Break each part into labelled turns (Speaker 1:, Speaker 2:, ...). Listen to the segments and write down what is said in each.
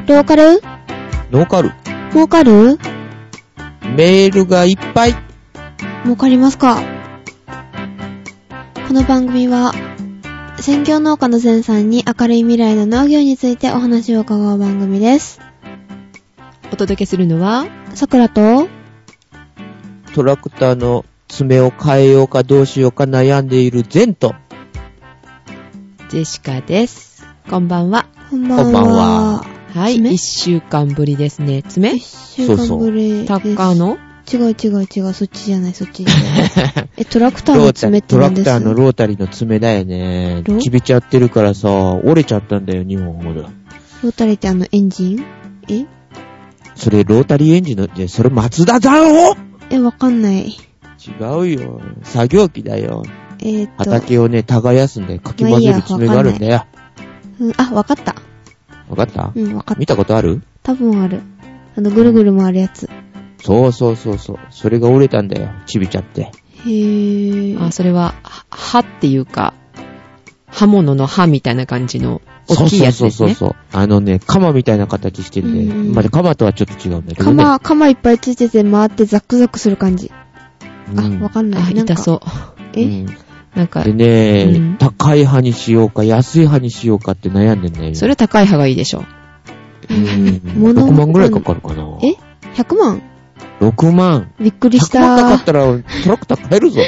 Speaker 1: ローカル？
Speaker 2: ノーカル？
Speaker 1: 儲かる？
Speaker 2: メールがいっぱい。
Speaker 1: 儲かりますか？この番組は、専業農家のゼンさんに明るい未来の農業についてお話を伺う番組です。
Speaker 3: お届けするのは、
Speaker 1: さくらと、
Speaker 2: トラクターの爪を変えようかどうしようか悩んでいるゼンと、
Speaker 3: ジェシカです。こんばんは。
Speaker 1: こんばんは。
Speaker 3: はい、1週間ぶりですね。爪
Speaker 1: ？1週間ぶりです。
Speaker 3: タッカーの？
Speaker 1: 違う、そっちじゃない。トラクターの爪って何です？
Speaker 2: トラクターのロータリーの爪だよね。ちびちゃってるからさ、折れちゃったんだよ、2本ほど。
Speaker 1: ロータリーってエンジン？
Speaker 2: それロータリーエンジンの、それ松田だろ？
Speaker 1: わかんない。
Speaker 2: 違うよ。作業機だよ。畑をね、耕すんで、かき混ぜる爪があるんだよ。
Speaker 1: わかった。
Speaker 2: わかった？
Speaker 1: わかった。
Speaker 2: 見たことある？
Speaker 1: 多分ある。ぐるぐる回るやつ。
Speaker 2: そう。それが折れたんだよ。ちびちゃって。
Speaker 1: へー。
Speaker 3: それは、刃っていうか、刃物の刃みたいな感じの大きいやつですね。
Speaker 2: そう。鎌みたいな形してるんで。鎌とはちょっと違うんだけどね。
Speaker 1: 鎌いっぱいついてて回ってザクザクする感じ。わかんない。
Speaker 3: 痛そう。なんか。
Speaker 2: でね、高い刃にしようか、安い刃にしようかって悩んでんだよ。
Speaker 3: それは高い刃がいいでしょ。
Speaker 2: 6万ぐらいかかるかな。
Speaker 1: 100万
Speaker 2: ？6万。
Speaker 1: びっくりした。
Speaker 2: 100万かかったらトラクター買えるぞ。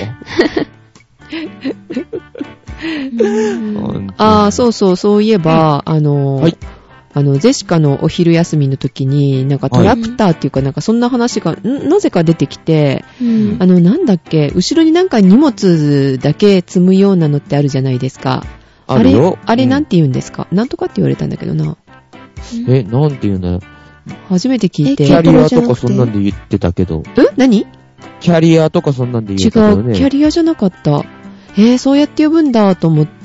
Speaker 3: そういえば、はい、ジェシカのお昼休みの時に、なんかトラクターっていうか、なんかそんな話が、なぜか出てきて、なんだっけ、後ろになんか荷物だけ積むようなのってあるじゃないですか。
Speaker 2: あるよ。
Speaker 3: あれなんて言うんですか？なんとかって言われたんだけどな。
Speaker 2: なんて言うんだよ。
Speaker 3: 初めて聞いて。
Speaker 2: キャリアとかそんなんで言ってたけど。
Speaker 3: 何？
Speaker 2: キャリアとかそんなんで言ってたけどね。
Speaker 3: 違う、キャリアじゃなかった。そうやって呼ぶんだと思って、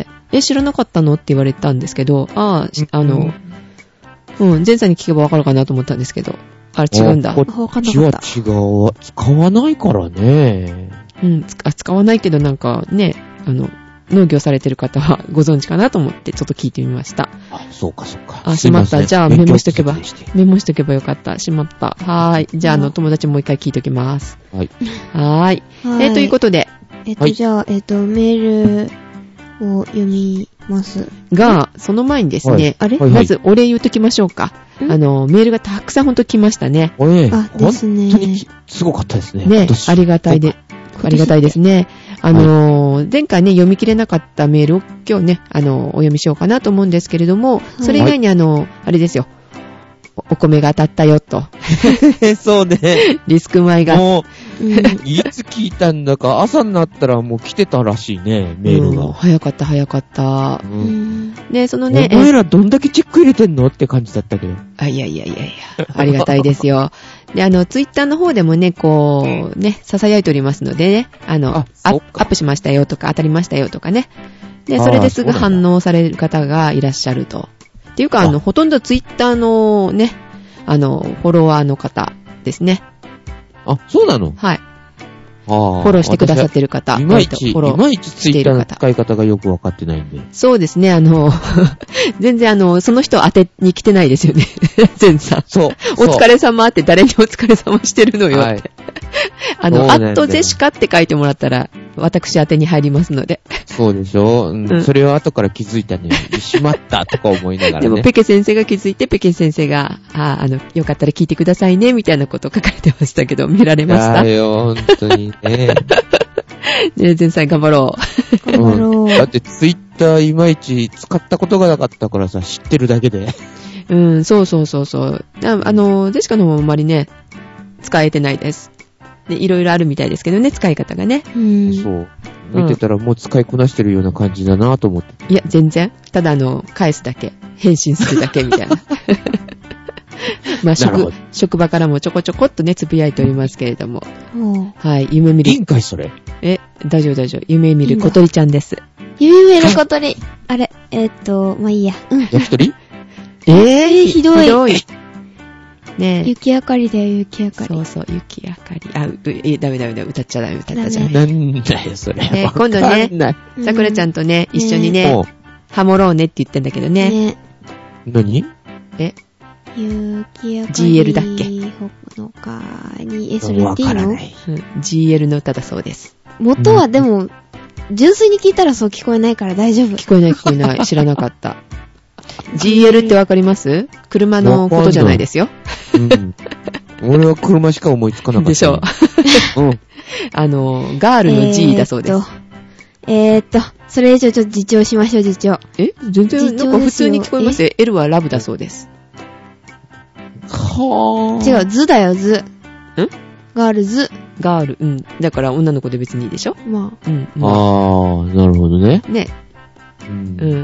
Speaker 3: 知らなかったのって言われたんですけど、ゼンさんに聞けばわかるかなと思ったんですけど、違うんだ。
Speaker 1: わかんなかった。
Speaker 2: 違う。使わないからね。
Speaker 3: 使わないけどなんかね、農業されてる方はご存知かなと思ってちょっと聞いてみました。
Speaker 2: そうか。
Speaker 3: しまった。じゃあメモしとけばよかった。しまった。はーい。じゃあ友達もう一回聞いときます。
Speaker 2: はい。
Speaker 3: はーい。ということで。
Speaker 1: じゃあ、メールを読みます
Speaker 3: が、その前にですね、まずお礼言っときましょうか。メールがたくさんほんと来ましたね。
Speaker 1: ですね。
Speaker 2: 本当にすごかったですね。
Speaker 3: ね、ありがたいですね。前回ね、読み切れなかったメールを今日ね、お読みしようかなと思うんですけれども、それ以外にあれですよ。お米が当たったよと。
Speaker 2: そうね。
Speaker 3: リスク米が。
Speaker 2: もう、いつ聞いたんだか、朝になったらもう来てたらしいね、メールが。
Speaker 3: 早かった。ね、そのね。
Speaker 2: お前らどんだけチェック入れてんのって感じだったけど。
Speaker 3: いや。ありがたいですよ。で、ツイッターの方でもね、こう、ね、囁いておりますのでね、アップしましたよとか、当たりましたよとかね。で、それですぐ反応される方がいらっしゃると。っていうか、ほとんどツイッターのね、フォロワーの方ですね。
Speaker 2: そうなの？
Speaker 3: はい。フォローしてくださってる方。
Speaker 2: いまいちツイッターの使い方がよくわかってないんで。
Speaker 3: そうですね、全然その人当てに来てないですよね。ゼンさん。
Speaker 2: そう。
Speaker 3: お疲れ様って誰にお疲れ様してるのよって。ジェシカって書いてもらったら、私当てに入りますので。
Speaker 2: そうでしょ？それを後から気づいたね。しまったとか思いながらね。
Speaker 3: でもペケ先生が気づいて、ペケ先生が、よかったら聞いてくださいね、みたいなこと書かれてましたけど、見られました？
Speaker 2: ほんとにね。
Speaker 3: ね、前菜頑張ろ
Speaker 1: う。
Speaker 2: だってツイッターいまいち使ったことがなかったからさ、知ってるだけで。
Speaker 3: そう。ジェシカの方もあんまりね、使えてないです。で、いろいろあるみたいですけどね、使い方がね。
Speaker 2: そう。見てたらもう使いこなしてるような感じだなと思って。
Speaker 3: いや、全然。ただ返すだけ。返信するだけみたいな。まあ、職場からもちょこちょこっとね、つぶやいておりますけれども。はい、夢見る。
Speaker 2: いいんかい、それ。
Speaker 3: 大丈夫。夢見る小鳥ちゃんです。
Speaker 1: 夢見る小鳥。あれ、まあいいや。
Speaker 2: 焼き鳥？
Speaker 1: ひどい。
Speaker 3: ねえ。
Speaker 1: 雪明かりだよ、雪明かり。
Speaker 3: そう、雪明かり。ダメ。歌っちゃダメ。
Speaker 2: なんだよ、それ。
Speaker 3: 今度ね、さくらちゃんとね、一緒にね、ハモろうねって言ってんだけどね。
Speaker 2: 何？
Speaker 1: 雪明かり
Speaker 3: GL だっけ
Speaker 1: ほのかに、それ言っていいの？
Speaker 3: GL の歌だそうです。
Speaker 1: 元はでも、純粋に聞いたらそう聞こえないから大丈夫。
Speaker 3: 聞こえない。知らなかった。GL ってわかります？車のことじゃないですよ。
Speaker 2: うん。俺は車しか思いつかなかった。
Speaker 3: でしょ。うん。ガールの G だそうです。
Speaker 1: それ以上ちょっと自重しましょう、自重。
Speaker 3: 全然なんか普通に聞こえますよ。L はラブだそうです。
Speaker 1: はぁ。違う、ズだよ、ズ。ガールズ。
Speaker 3: ガール、うん。だから女の子で別にいいでしょ？まあ。うん。
Speaker 2: なるほどね。
Speaker 3: ね。うん。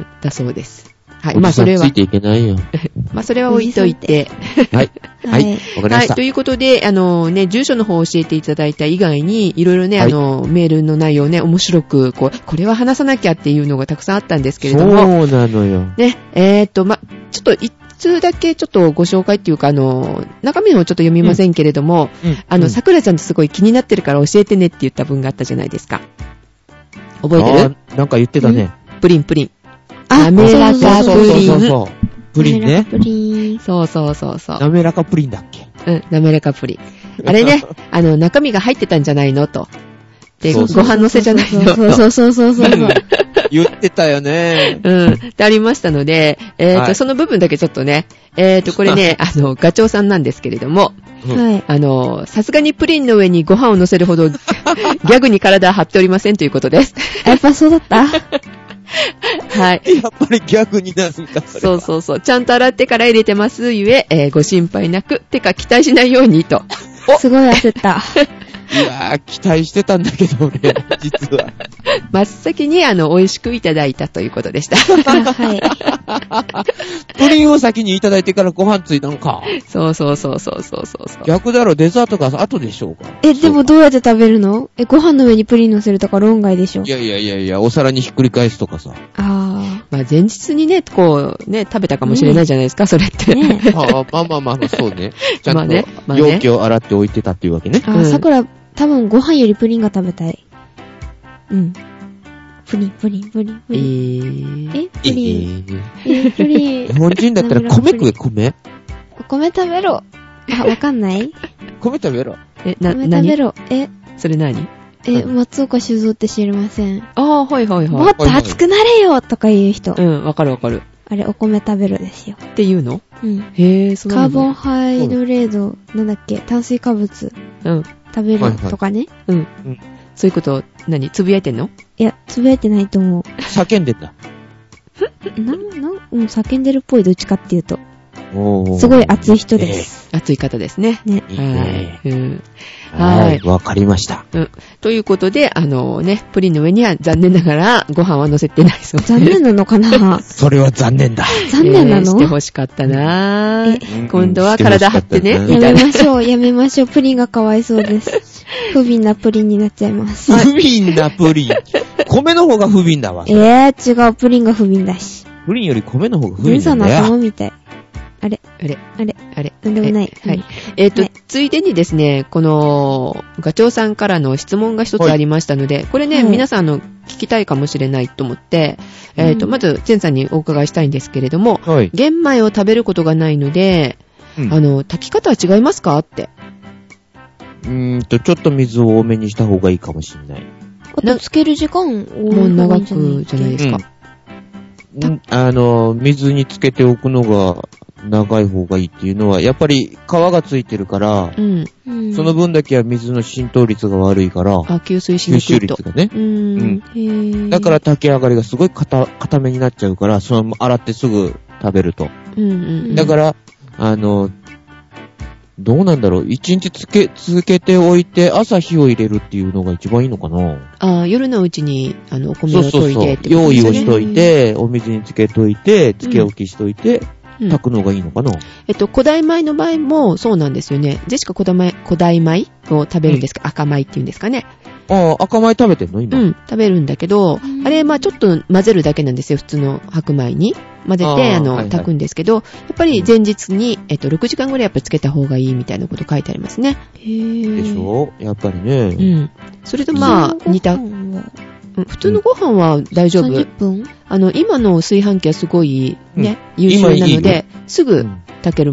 Speaker 3: だそうです。はい。まあそれは。
Speaker 2: ついていけないよ。
Speaker 3: まあそれは置いといて。
Speaker 2: はい。はい。わかりました。はい。
Speaker 3: ということで、ね、住所の方を教えていただいた以外に、いろいろね、メールの内容ね、面白く、これは話さなきゃっていうのがたくさんあったんですけれども。
Speaker 2: そうなのよ。
Speaker 3: ね、ちょっと一通だけちょっとご紹介っていうか、中身をちょっと読みませんけれども、桜ちゃんとすごい気になってるから教えてねって言った文があったじゃないですか。覚えてる？
Speaker 2: なんか言ってたね。
Speaker 3: プリン。滑らかプリン。
Speaker 2: そう。プリンね。
Speaker 3: そう。
Speaker 2: 滑らかプリンだっけ？
Speaker 3: うん、滑らかプリン。あれね、中身が入ってたんじゃないのと。で、ご飯のせじゃないのと。
Speaker 1: そう。
Speaker 2: 言ってたよね。
Speaker 3: うん。ってありましたので、その部分だけちょっとね、これね、ガチョウさんなんですけれども、
Speaker 1: はい。
Speaker 3: さすがにプリンの上にご飯を乗せるほど、ギャグに体張っておりませんということです。
Speaker 1: やっぱそうだった
Speaker 3: はい。
Speaker 2: やっぱり逆になるんだ。
Speaker 3: そう。ちゃんと洗ってから入れてますゆえ、ご心配なく、てか期待しないようにと。
Speaker 1: すごい焦った。
Speaker 2: いやー、期待してたんだけどね、実は。
Speaker 3: 真っ先に美味しくいただいたということでした。
Speaker 1: はい。
Speaker 2: プリンを先にいただいてからご飯ついたのか。
Speaker 3: そう。
Speaker 2: 逆だろ、デザートが後でしょうか。
Speaker 1: でもどうやって食べるの？ご飯の上にプリン乗せるとか論外でしょ。
Speaker 2: いや、お皿にひっくり返すとかさ。
Speaker 1: ま
Speaker 3: あ前日にね、こう、ね、食べたかもしれないじゃないですか、それって。
Speaker 1: ね。
Speaker 2: まあ、そうね。ちゃんと容器を洗っておいてたっていうわけね。
Speaker 1: 桜、多分ご飯よりプリンが食べたい。うん。プリン。プリン。
Speaker 2: 日本人だったら米食え、米。
Speaker 1: お米食べろ。わかんない？
Speaker 2: 米食べろ。
Speaker 1: 米食べろ。
Speaker 3: それ何？
Speaker 1: 松岡修造って知りません。
Speaker 3: はい。
Speaker 1: もっと熱くなれよとか言う人。
Speaker 3: うん、わかる。
Speaker 1: あれ、お米食べろですよ。
Speaker 3: って言うの？
Speaker 1: うん。
Speaker 3: へぇ、そうなの？
Speaker 1: カーボンハイドレード、なんだっけ、炭水化物。
Speaker 3: うん。
Speaker 1: 食べるとかね。
Speaker 3: うん。そういうこと、つぶやいてんの？
Speaker 1: いや、つぶやいてないと思う。
Speaker 2: 叫んでた。
Speaker 1: 叫んでるっぽい、どっちかっていうと。すごい熱い人です。
Speaker 3: 熱い方ですね。
Speaker 1: ね。
Speaker 2: はい。わかりました。
Speaker 3: ということで、ね、プリンの上には残念ながらご飯は乗せてないそうです。
Speaker 1: 残念なのかな？
Speaker 2: それは残念だ。
Speaker 1: 残念なの？
Speaker 3: してほしかったな今度は体張ってね。
Speaker 1: やめましょう。プリンがかわいそうです。不憫なプリンになっちゃいます。
Speaker 2: 不憫なプリン。米の方が不憫だわ。
Speaker 1: 違う。プリンが不憫だし。
Speaker 2: プリンより米の方が不憫なんだよ。
Speaker 1: ルーさんの頭みたい。あれ。なんでもない。
Speaker 3: はい。ついでにですね、この、ガチョウさんからの質問が一つありましたので、これね、皆さん聞きたいかもしれないと思って、まず、チェンさんにお伺いしたいんですけれども、玄米を食べることがないので、炊き方は違いますかって。
Speaker 2: ちょっと水を多めにした方がいいかもしれない。
Speaker 1: あと、つける時間
Speaker 3: もう長くじゃないですか。
Speaker 2: 水につけておくのが長い方がいいっていうのは、やっぱり皮がついてるから、その分だけは水の浸透率が悪いから、
Speaker 3: 吸水しにくいと。
Speaker 2: 吸収率がね。だから炊き上がりがすごい固めになっちゃうから、そのまま洗ってすぐ食べると。だから、どうなんだろう。一日続けておいて、朝火を入れるっていうのが一番いいのかな。
Speaker 3: 夜のうちに、お米を溶いてって
Speaker 2: 用意をしといて、お水につけといて、つけ置きしといて、炊くのがいいのかな。
Speaker 3: 古代米の場合もそうなんですよね。ジェシカ古代米を食べるんですか？赤米っていうんですかね。
Speaker 2: 赤米食べてんの今。
Speaker 3: 食べるんだけど、あれ、ちょっと混ぜるだけなんですよ。普通の白米に。混ぜて、炊くんですけど、やっぱり前日に、6時間ぐらいやっぱりつけた方がいいみたいなこと書いてありますね。
Speaker 2: でしょ？やっぱりね。
Speaker 3: それと似た。普通のご飯は大丈夫。
Speaker 1: 30分？
Speaker 3: 今の炊飯器はすごいね、優秀なので、すぐ炊けるもん。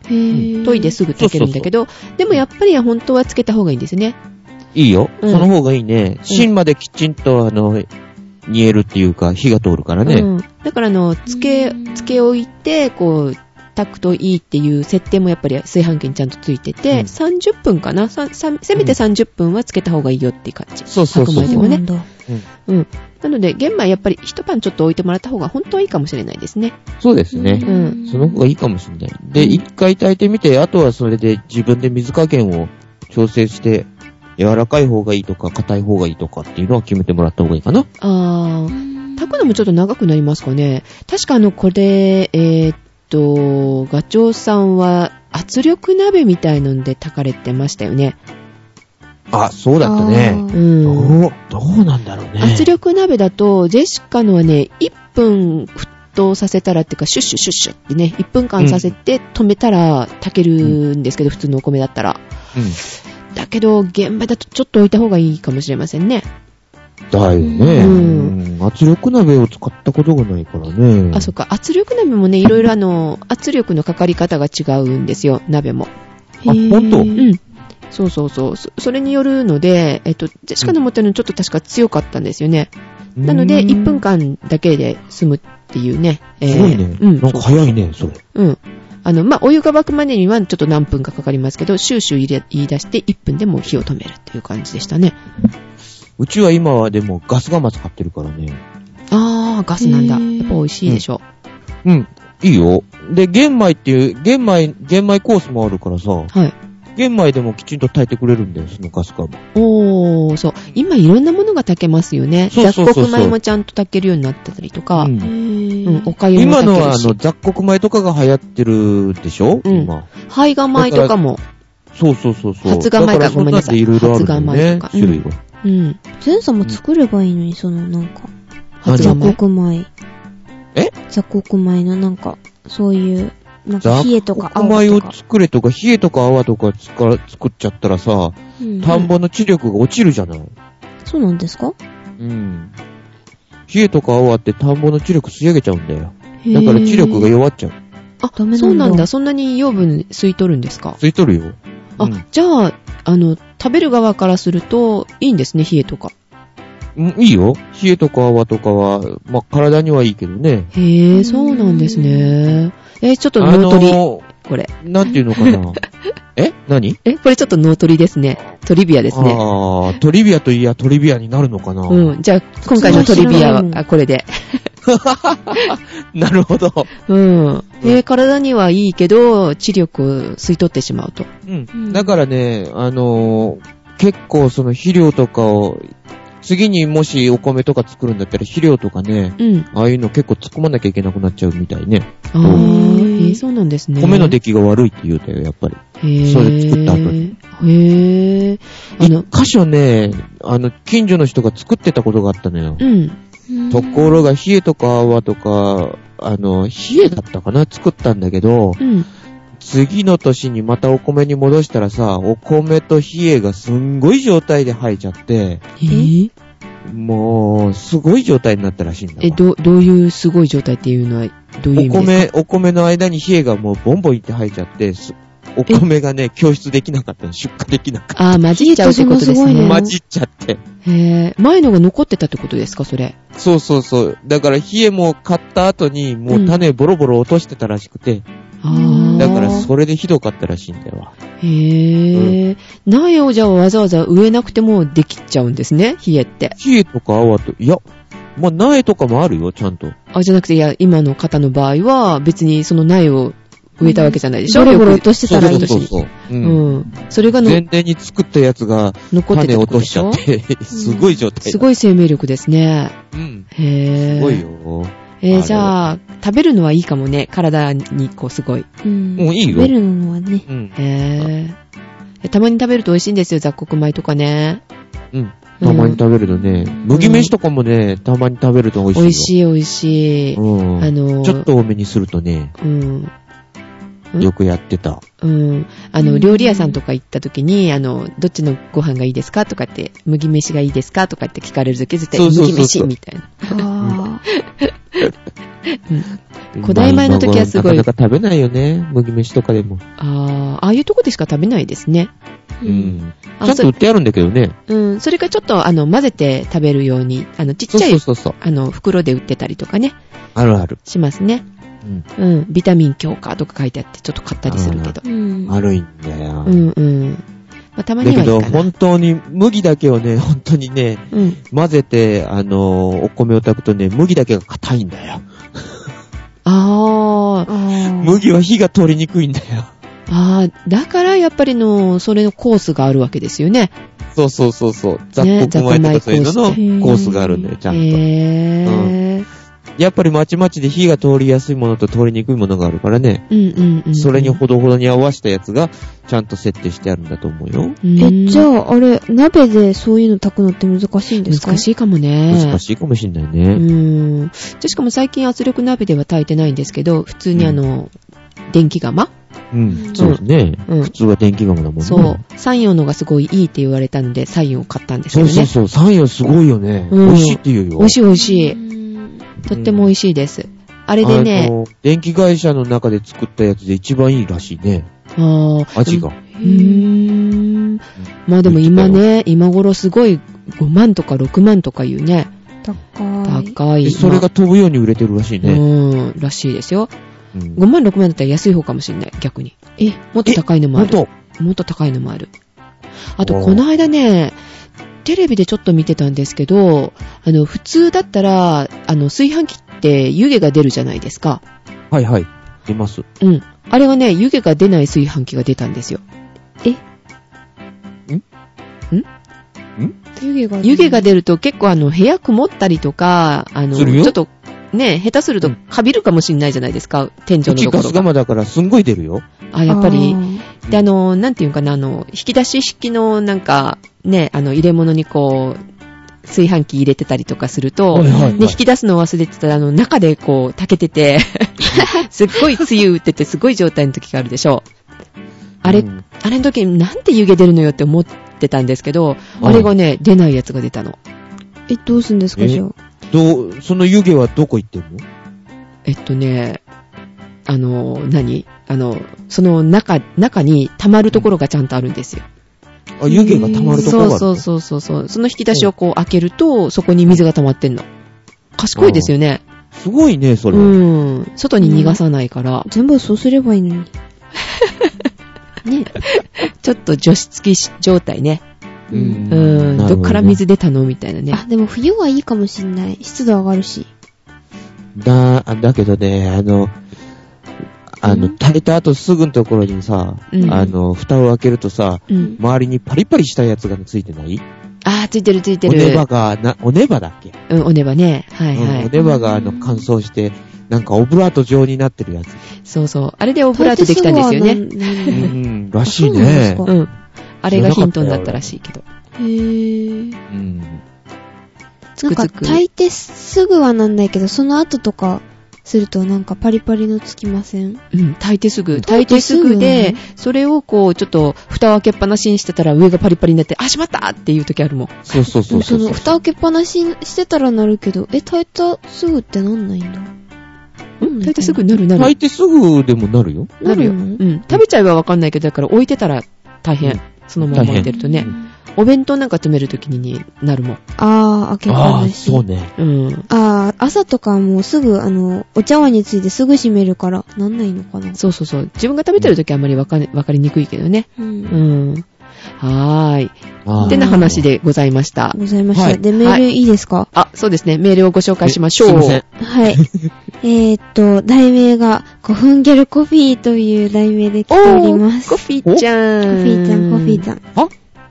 Speaker 3: 研いですぐ炊けるんだけど、でもやっぱり本当はつけた方がいいんですね。
Speaker 2: いいよ。その方がいいね。芯まできちんと、煮えるっていうか、火が通るからね。
Speaker 3: だからつけ置いて、こう、炊くといいっていう設定もやっぱり炊飯器にちゃんとついてて、30分かなせめて30分はつけた方がいいよっていう感じ。
Speaker 2: そうそうそう。
Speaker 3: 白米でもね。なので、玄米やっぱり一晩ちょっと置いてもらった方が本当はいいかもしれないですね。
Speaker 2: そうですね。その方がいいかもしれない。で、一回炊いてみて、あとはそれで自分で水加減を調整して、柔らかい方がいいとか、硬い方がいいとかっていうのは決めてもらった方がいいかな。
Speaker 3: 炊くのもちょっと長くなりますかね。確かこれ、ガチョウさんは圧力鍋みたいので炊かれてましたよね。
Speaker 2: あ、そうだったね。どうなんだろうね。
Speaker 3: 圧力鍋だと、ジェシカのはね、1分沸騰させたらっていうか、シュッシュシュッシュってね、1分間させて止めたら炊けるんですけど、普通のお米だったら。だけど、玄米だとちょっと置いた方がいいかもしれませんね。
Speaker 2: だよね。圧力鍋を使ったことがないからね。
Speaker 3: そっか。圧力鍋もね、いろいろ圧力のかかり方が違うんですよ、鍋も。
Speaker 2: ほんと？
Speaker 3: そうそうそう。それによるので、ジェシカの持ってるのちょっと確か強かったんですよね。なので、1分間だけで済むっていうね。
Speaker 2: すごいね。なんか早いね、それ。
Speaker 3: お湯が沸くまでにはちょっと何分かかかりますけど、シューシュー言い出して1分でも火を止めるっていう感じでしたね。
Speaker 2: うちは今はでもガス釜使ってるからね。
Speaker 3: ガスなんだ。やっぱ美味しいでしょ。
Speaker 2: いいよ。で、玄米っていう、玄米コースもあるからさ。玄米でもきちんと炊いてくれるんだよ、そのガス釜。
Speaker 3: そう。今いろんなものが炊けますよね。雑穀米もちゃんと炊けるようになってたりとか。おかゆも炊けるし。
Speaker 2: 今のは雑穀米とかが流行ってるでしょ今。
Speaker 3: 胚芽米とかも。
Speaker 2: そう。
Speaker 3: 発芽米かごめんなさい。
Speaker 2: いろいろあるんだよね、種類が。
Speaker 1: 前さんも作ればいいのに、なんか。
Speaker 3: 雑
Speaker 1: 穀米。雑穀米のなんか、そういう、なんか冷えとか泡とか。
Speaker 2: 雑穀米を作れとか、冷えとか泡とか作っちゃったらさ、田んぼの知力が落ちるじゃない。
Speaker 1: そうなんですか？
Speaker 2: 冷えとか泡って田んぼの知力吸い上げちゃうんだよ。だから知力が弱っちゃう。
Speaker 3: ダメなんだ。そうなんだ。そんなに養分吸い取るんですか？
Speaker 2: 吸い取るよ。
Speaker 3: じゃあ、食べる側からすると、いいんですね、冷えとか。
Speaker 2: いいよ。冷えとか泡とかは、体にはいいけどね。
Speaker 3: そうなんですね。ちょっと脳トリ。これ。
Speaker 2: なんていうのかな。何？
Speaker 3: これちょっと脳トリですね。トリビアですね。
Speaker 2: トリビアといやトリビアになるのかな。
Speaker 3: じゃあ、今回のトリビアは、これで。
Speaker 2: なるほど。
Speaker 3: 体にはいいけど、知力を吸い取ってしまうと。
Speaker 2: だからね、結構その肥料とかを、次にもしお米とか作るんだったら肥料とかね、ああいうの結構突っ込まなきゃいけなくなっちゃうみたいね。
Speaker 3: そうなんですね。
Speaker 2: 米の出来が悪いって言うたよ、やっぱり。それ作った後に。一箇所ね、近所の人が作ってたことがあったのよ。ところが、冷えとか泡とか、冷えだったかな作ったんだけど、次の年にまたお米に戻したらさ、お米と冷えがすんごい状態で生えちゃって、もう、すごい状態になったらしいんだわ。
Speaker 3: どういうすごい状態っていうのは、どういう意味ですか？
Speaker 2: お米の間に冷えがもうボンボンいって生えちゃって、お米がね、供出できなかったの、出荷できなかった。
Speaker 3: 混じっちゃうってことですね。
Speaker 2: 混じっちゃって。
Speaker 3: 前のが残ってたってことですか、それ。
Speaker 2: そう。だから冷えも買った後に、もう種ボロボロ落としてたらしくて、だからそれでひどかったらしいんだよ。苗をじゃあわざわざ植えなくてもできちゃうんですね、冷えって。冷えとか泡と、いや、苗とかもあるよ、ちゃんと。
Speaker 3: じゃなくて、今の方の場合は、別にその苗を植えたわけじゃないでしょ。
Speaker 1: ボロボロ落としてたらいいし。
Speaker 3: それが
Speaker 2: 前年に作ったやつが、種落としちゃって、すごい状態。
Speaker 3: すごい生命力ですね。
Speaker 2: すごいよ。
Speaker 3: じゃあ、食べるのはいいかもね。体にすごい。
Speaker 2: もういいよ。
Speaker 1: 食べるのはね。
Speaker 3: たまに食べると美味しいんですよ、雑穀米とかね。
Speaker 2: たまに食べるとね。麦飯とかもね、たまに食べると美味しいよ。
Speaker 3: 美味しい。ちょ
Speaker 2: っと多めにするとね。よくやってた。
Speaker 3: 料理屋さんとか行った時に、どっちのご飯がいいですかとかって、麦飯がいいですかとかって聞かれる時絶対麦飯みたいな。 古代米の時はすごい。
Speaker 2: なかなか食べないよね。麦飯とかでも。
Speaker 3: ああいうとこでしか食べないですね。
Speaker 2: ちゃんと売ってあるんだけどね。
Speaker 3: それかちょっと混ぜて食べるように、ちっちゃい、袋で売ってたりとかね。
Speaker 2: あるある。
Speaker 3: しますね。ビタミン強化とか書いてあってちょっと買ったりするけど。
Speaker 2: 悪いんだよ。
Speaker 3: たまにはいいかな。
Speaker 2: だけど本当に麦だけをね、本当にね、混ぜて、お米を炊くとね、麦だけが硬いんだよ。麦は火が通りにくいんだよ。
Speaker 3: だからやっぱりそれのコースがあるわけですよね。
Speaker 2: そう。雑穀米とかそういうののコースがあるんだよ、ちゃんと。やっぱりまちまちで火が通りやすいものと通りにくいものがあるからね。それにほどほどに合わせたやつがちゃんと設定してあるんだと思うよ。
Speaker 1: じゃあ、あれ、鍋でそういうの炊くのって難しいんですか？
Speaker 3: 難しいかもね。
Speaker 2: 難しいかもしんないね。
Speaker 3: しかも最近圧力鍋では炊いてないんですけど、普通に電気釜？
Speaker 2: そうですね。普通は電気釜だもんね。
Speaker 3: そう。三陽のがすごいいいって言われたので、三陽を買ったんですよね。
Speaker 2: そう。三陽すごいよね。美味しいって言うよ。
Speaker 3: 美味しい。とっても美味しいです。あれでね。
Speaker 2: 電気会社の中で作ったやつで一番いいらしいね。味が。
Speaker 3: まあでも今頃すごい5万とか6万とかいうね。高い。
Speaker 2: それが飛ぶように売れてるらしいね。
Speaker 3: らしいですよ。5万6万だったら安い方かもしれない、逆に。もっと高いのもある。もっと高いのもある。あと、この間ね、テレビでちょっと見てたんですけど、普通だったら、炊飯器って湯気が出るじゃないですか。
Speaker 2: はい。出ます。
Speaker 3: あれはね、湯気が出ない炊飯器が出たんですよ。湯気が出ると結構部屋曇ったりとか、ちょっと、ね、下手するとカビるかもしんないじゃないですか、天井のところが。
Speaker 2: うちガス釜だからすんごい出るよ。
Speaker 3: やっぱり。で、なんていうかな、引き出し式のなんか、ね、入れ物にこう、炊飯器入れてたりとかすると、ね、引き出すの忘れてたら、中でこう、炊けてて、すっごいつゆ打ってて、すごい状態の時があるでしょ。あれの時なんて湯気出るのよって思ってたんですけど、あれがね、出ないやつが出たの。
Speaker 1: どうすんですか、じゃあ。
Speaker 2: その湯気はどこ行ってんの？
Speaker 3: その中に溜まるところがちゃんとあるんですよ。
Speaker 2: 湯気が溜まるところがある。
Speaker 3: そう。その引き出しをこう開けると、そこに水が溜まってんの。賢いですよね。
Speaker 2: すごいね、それ。
Speaker 3: 外に逃がさないから。
Speaker 1: 全部そうすればいいのに。
Speaker 3: ね。ちょっと除湿機状態ね。どっから水出たのみたいなね。
Speaker 1: でも冬はいいかもしんない。湿度上がるし。
Speaker 2: だけどね、炊いた後すぐのところにさ、蓋を開けるとさ、周りにパリパリしたやつがついてない？
Speaker 3: ついてる。
Speaker 2: おねばだっけ？
Speaker 3: おねばね。はい。
Speaker 2: おねばが乾燥して、なんかオブラート状になってるやつ。
Speaker 3: そう。あれでオブラートできたんですよね。
Speaker 2: らしいね。
Speaker 3: あれがヒントになったらしいけど。
Speaker 1: なんか炊いてすぐはなんないけど、その後とかするとなんかパリパリのつきません？
Speaker 3: 炊いてすぐで、それをこうちょっと蓋を開けっぱなしにしてたら上がパリパリになって、しまったっていう時あるもん。
Speaker 2: そう。
Speaker 1: その蓋開けっぱなしにしてたらなるけど、炊いたすぐってなんないんだ。
Speaker 3: 炊いてすぐなる。
Speaker 2: 炊いてすぐでもなるよ。
Speaker 3: なるよ。食べちゃえばわかんないけど、だから置いてたら大変。そのまま置いてるとね。お弁当なんか詰めるときになるもん。
Speaker 1: 開けっぱなし。
Speaker 2: そうね。
Speaker 1: 朝とかもうすぐ、お茶碗についてすぐ閉めるから、なんないのかな。
Speaker 3: そう。自分が食べてるときはあんまりわかりにくいけどね。はーい。ってな話でございました。
Speaker 1: で、メールいいですか？
Speaker 3: そうですね。メールをご紹介しましょう。
Speaker 2: すいません。
Speaker 1: はい。題名が、5分ゲルコフィーという題名で来ております。
Speaker 3: コフィーちゃん。
Speaker 1: コフィーちゃん。
Speaker 3: コ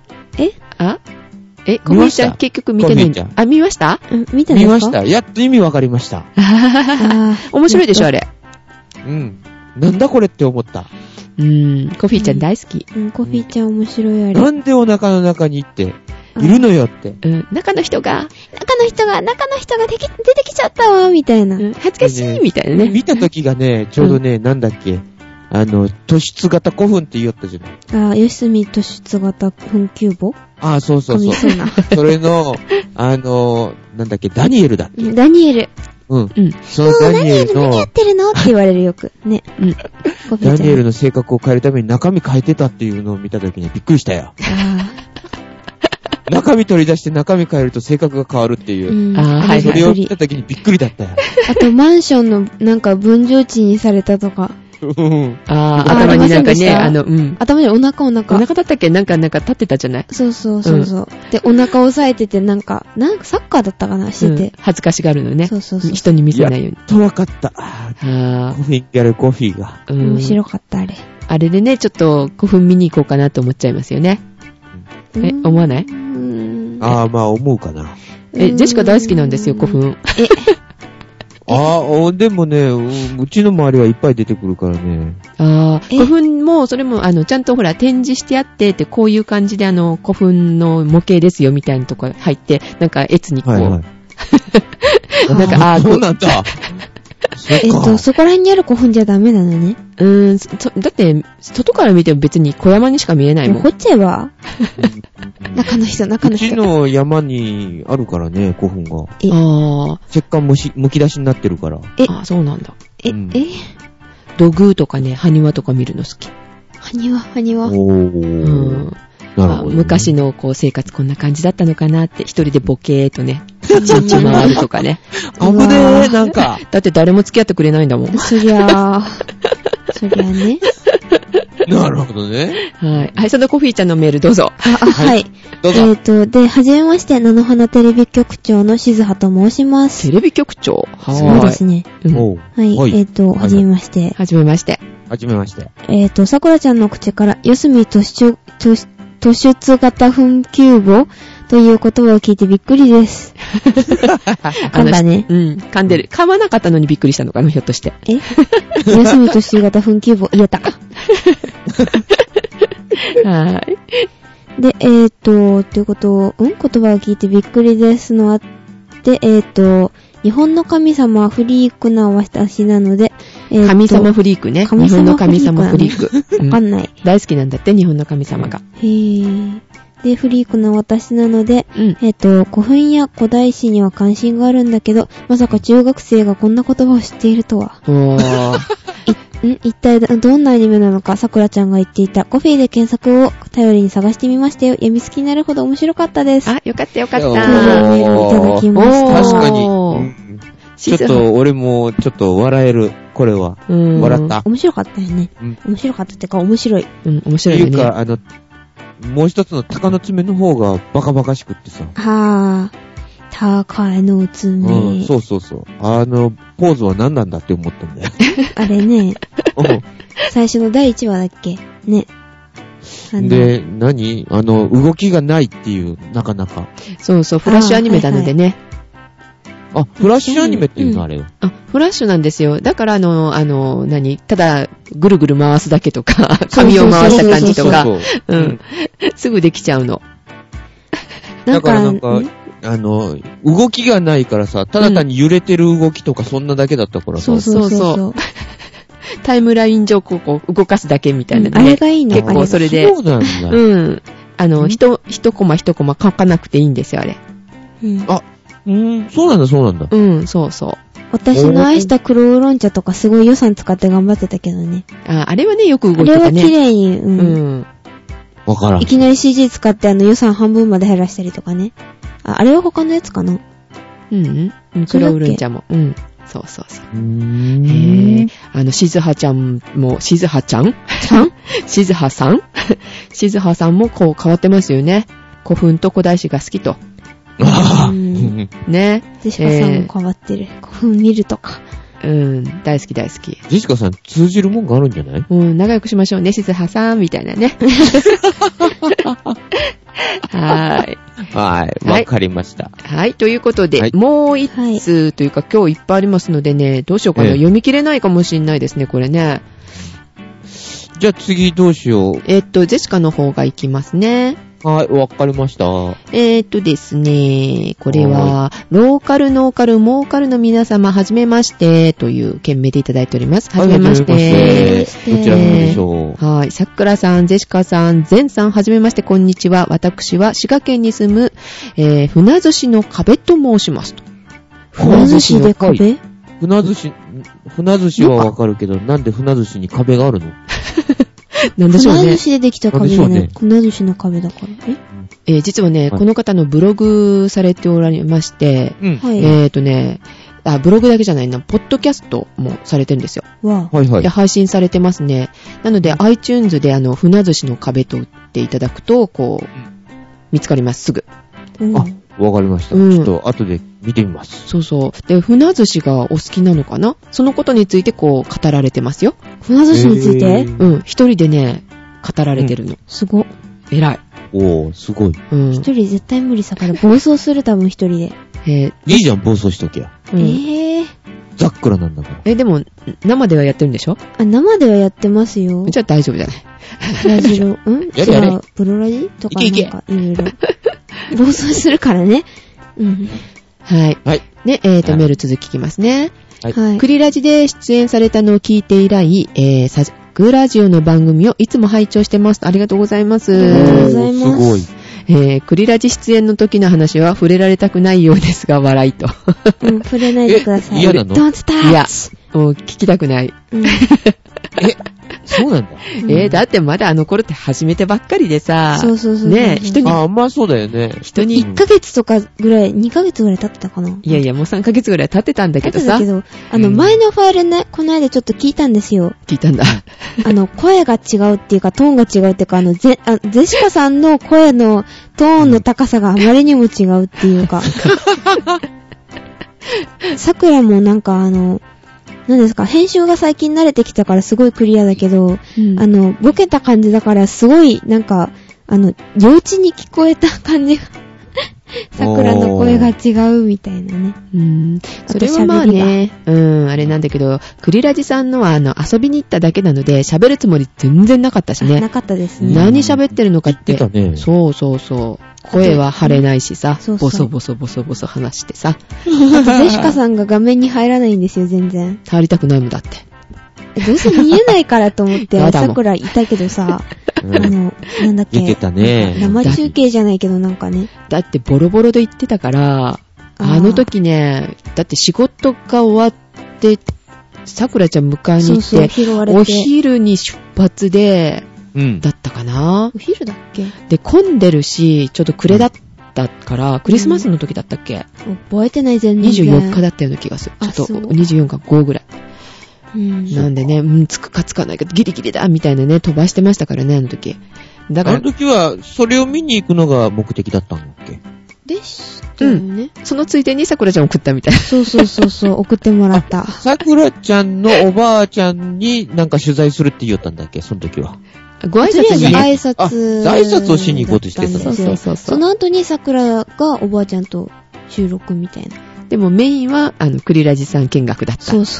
Speaker 3: フィーちゃん結局見てないんだ。見ました？
Speaker 1: 見てないですか？
Speaker 2: 見ました。やっと意味わかりました。
Speaker 3: 面白いでしょ、あれ。
Speaker 2: なんだこれって思った。
Speaker 3: コフィーちゃん大好き。
Speaker 1: コフィーちゃん面白いあれ。
Speaker 2: なんでお腹の中に行って、いるのよって。
Speaker 3: 中の人が
Speaker 1: 出てきちゃったわ、みたいな。
Speaker 3: 恥ずかしい、みたいなね。
Speaker 2: 見た時がね、ちょうどね、なんだっけ、突出型古墳って言おったじゃない。
Speaker 1: 吉住突出型墳丘墓？
Speaker 2: そう。それの、なんだっけ、ダニエルだっけ。
Speaker 1: ダニエル
Speaker 2: うん。そのダニエルの、
Speaker 1: 何やってるのって言われるよく。ね。うん。
Speaker 2: ダニエルの性格を変えるために中身変えてたっていうのを見たときにびっくりしたよ。中身取り出して中身変えると性格が変わるっていう。はい。それを見たときにびっくりだったよ。
Speaker 1: あと、マンションのなんか分譲地にされたとか。
Speaker 3: 頭になんかね、
Speaker 1: 頭にお腹。
Speaker 3: お腹だったっけなんか立ってたじゃない？
Speaker 1: そう。で、お腹押さえてて、なんかサッカーだったかなしてて。
Speaker 3: 恥ずかしがるのね。
Speaker 1: そう。
Speaker 3: 人に見せないように。
Speaker 2: やっとわかった。コフィーが。
Speaker 1: 面白かった、あれ。
Speaker 3: あれでね、ちょっと古墳見に行こうかなと思っちゃいますよね。思わない？
Speaker 2: まあ思うかな。
Speaker 3: ジェシカ大好きなんですよ、古墳。
Speaker 2: でもね、うちの周りはいっぱい出てくるからね。
Speaker 3: 古墳も、それも、ちゃんとほら、展示してあって、こういう感じで、古墳の模型ですよ、みたいなとこ入って、なんか、越にこう。はいはい、
Speaker 2: なんか、そうなんだ。
Speaker 1: そこら辺にある古墳じゃダメなのね。
Speaker 3: だって、外から見ても別に小山にしか見えないもん。
Speaker 1: 掘っちゃえば中の人。
Speaker 2: うちの山にあるからね、古墳が。石棺むき出しになってるから。
Speaker 3: そうなんだ。土偶とかね、埴輪とか見るの好き。
Speaker 1: 埴輪。
Speaker 2: なるほど、ね。
Speaker 3: 昔のこう生活こんな感じだったのかなって、一人でボケーとね、ちんちん回るとかね。
Speaker 2: 危ねえ、なんか。
Speaker 3: だって誰も付き合ってくれないんだもん。
Speaker 1: そりゃね。
Speaker 2: なるほどね。
Speaker 3: はい。そのコフィーちゃんのメールどうぞ。
Speaker 1: はい。
Speaker 2: どうぞ。
Speaker 1: で、はじめまして、菜の花テレビ局長の静葉と申します。
Speaker 3: テレビ局長？
Speaker 1: そうですね。はい。はじめまして。
Speaker 3: はじめまして。
Speaker 1: さくらちゃんの口から、四隅突出型墳丘墓という言葉を聞いてびっくりです。噛んだね。
Speaker 3: 噛んでる。噛まなかったのにびっくりしたのかな、ひょっとして。
Speaker 1: 四隅突出型墳丘墓、言えた。
Speaker 3: はい。
Speaker 1: で、ということを、言葉を聞いてびっくりですのあって、日本の神様はフリークな私なので、
Speaker 3: 神様フリークね。日本の神様フリーク。
Speaker 1: わかんない。
Speaker 3: 大好きなんだって、日本の神様が。
Speaker 1: で、フリークな私なので、古墳や古代史には関心があるんだけど、まさか中学生がこんな言葉を知っているとは。一体どんなアニメなのか、さくらちゃんが言っていたコフィーで検索を頼りに探してみましたよ。やみつきになるほど面白かったです。
Speaker 3: よかった。
Speaker 1: メールいただきました。
Speaker 2: 確かに。ちょっと、俺もちょっと笑える。これは。笑った。
Speaker 1: 面白かったよね。面白かったってか、面白い。
Speaker 3: 面白いよね。
Speaker 2: っていうか、もう一つの鷹の爪の方がバカバカしくってさ。
Speaker 1: 鷹の爪。
Speaker 2: そう。ポーズは何なんだって思ったんだよ。
Speaker 1: あれね。最初の第1話だっけね。
Speaker 2: で、動きがないっていう、なかなか。
Speaker 3: そう、フラッシュアニメなのでね。
Speaker 2: フラッシュアニメっていうのあれよ。
Speaker 3: フラッシュなんですよ。だからただ、ぐるぐる回すだけとか、髪を回した感じとか、すぐできちゃうの。
Speaker 2: だから動きがないからさ、ただ単に揺れてる動きとかそんなだけだったからさ。
Speaker 1: そう。
Speaker 3: タイムライン上こう動かすだけみたいなね。
Speaker 1: あれがいいの
Speaker 3: 結構それで。
Speaker 2: そうなんだ。
Speaker 3: 一コマ一コマ書かなくていいんですよ、あれ。
Speaker 2: そうなんだ。
Speaker 3: そう。
Speaker 1: 私の愛した黒ウーロン茶とかすごい予算使って頑張ってたけどね。
Speaker 3: あれはね、よく動いてたね。
Speaker 1: あれは綺麗に、
Speaker 2: わからん。
Speaker 1: いきなり CG 使って予算半分まで減らしたりとかね。あれは他のやつかな？
Speaker 3: 黒ウーロン茶も。そう。静葉ちゃんも、静葉さんもこう変わってますよね。古墳と古代史が好きと。ね。
Speaker 1: ジェシカさんも変わってる。古墳見るとか。
Speaker 3: 大好き。ジ
Speaker 2: ェシカさん通じるもんがあるんじゃない？
Speaker 3: 仲良くしましょうね、静葉さんみたいなね。はい。
Speaker 2: わかりました。
Speaker 3: はい。ということで、もう一通というか今日いっぱいありますのでね、どうしようかな。読み切れないかもしれないですね、これね。
Speaker 2: じゃあ次どうしよう。
Speaker 3: ジェシカの方がいきますね。
Speaker 2: はい、わかりました。
Speaker 3: ですね、これは、ローカル、ノーカル、モーカルの皆様、はじめまして、という件名でいただいております。はじめまして。
Speaker 2: どちら様でしょう。
Speaker 3: はい、さくらさん、ジェシカさん、ゼンさん、はじめまして、こんにちは。私は、滋賀県に住む、船寿司の壁と申しますと。
Speaker 1: 船寿司で壁？
Speaker 2: 船寿司はわかるけど、なんで船寿司に壁があるの？
Speaker 3: なんでしょうね。
Speaker 1: 船寿司でできた壁じゃない。船寿司の壁だから。
Speaker 3: 実はね、この方のブログされておられまして、ブログだけじゃないな、ポッドキャストもされてるんですよ。で、配信されてますね。なので、iTunes で船寿司の壁と打っていただくと、こう、見つかります、すぐ。
Speaker 2: わかりました。ちょっと後で見てみます。
Speaker 3: そうそう。で、船寿司がお好きなのかな？そのことについてこう語られてますよ。
Speaker 1: 船寿司について？
Speaker 3: 一人でね、語られてるの。
Speaker 1: すご。
Speaker 3: 偉い。
Speaker 2: すごい。
Speaker 1: 一人絶対無理さから暴走する多分一人で。
Speaker 2: いいじゃん、暴走しときゃ。ザックラなんだから。
Speaker 3: でも、生ではやってるんでしょ？
Speaker 1: 生ではやってますよ。
Speaker 3: じゃあ大丈夫じゃない。
Speaker 1: ラジロ、やれ。プロラジとかなんかいろいろ。暴走するからね。
Speaker 3: はい。で、メール続き聞きますね。クリラジで出演されたのを聞いて以来、サクラジオの番組をいつも拝聴してます。ありがとうございます。
Speaker 1: ありがとうございます。
Speaker 2: すごい。
Speaker 3: クリラジ出演の時の話は触れられたくないようですが、笑いと。
Speaker 1: 触れないでください。
Speaker 2: 嫌なの？
Speaker 1: Don't touch!
Speaker 3: いや、もう聞きたくない。
Speaker 2: そうなんだ。
Speaker 3: だってまだあの頃って始めてばっかりでさ。
Speaker 1: そう
Speaker 3: ね、人に。
Speaker 2: まあそうだよね。
Speaker 3: 人に。
Speaker 1: 1ヶ月とかぐらい、2ヶ月ぐらい経ってたかな。
Speaker 3: いや、もう3ヶ月ぐらい経ってたんだけどさ。
Speaker 1: 経ってたけど、前のファイルね、この間ちょっと聞いたんですよ。
Speaker 3: 聞いたんだ。
Speaker 1: 声が違うっていうか、トーンが違うっていうか、ゼシカさんの声のトーンの高さがあまりにも違うっていうか。桜もなんか何ですか、編集が最近慣れてきたからすごいクリアだけど、ボケた感じだからすごい、なんか、幼稚に聞こえた感じが、桜の声が違うみたいなね。
Speaker 3: それはまあね、あれなんだけど、クリラジさんのは遊びに行っただけなので、喋るつもり全然なかったしね。
Speaker 1: なかったですね。
Speaker 3: 何喋ってるのかって。
Speaker 2: 言ってたね。
Speaker 3: そう。声は張れないしさ、ボソボソ話してさ。
Speaker 1: あとゼシカさんが画面に入らないんですよ、全然。
Speaker 3: 入りたくないもんだって。
Speaker 1: どうせ見えないからと思って、桜いたけどさ、なんだっけ。
Speaker 2: 言ってたね。
Speaker 1: 生中継じゃないけどなんかね。
Speaker 3: だってボロボロで言ってたから、あの時ね、だって仕事が終わって、桜ちゃん迎えに行って、お昼に出発で、だったかな。
Speaker 1: お昼だっけ？
Speaker 3: で、混んでるし、ちょっと暮れだったから、クリスマスの時だったっけ？
Speaker 1: 覚えてない全然。
Speaker 3: 24日だったような気がする。ちょっと24か5ぐらい。なんでね、つくかつかないかギリギリだみたいなね、飛ばしてましたからね、あの時。だから。
Speaker 2: あの時は、それを見に行くのが目的だったんだっけ？
Speaker 1: でしたよね。
Speaker 3: そのついでに桜ちゃん送ったみたいな。
Speaker 1: そう、送ってもらった。
Speaker 2: 桜ちゃんのおばあちゃんになんか取材するって言ったんだっけ、その時は。
Speaker 3: ご挨拶にね。
Speaker 1: 挨拶
Speaker 2: をしに行こうとしてた。
Speaker 1: そう。その後に桜がおばあちゃんと収録みたいな。
Speaker 3: でもメインは、クリラジさん見学だった。
Speaker 1: そう。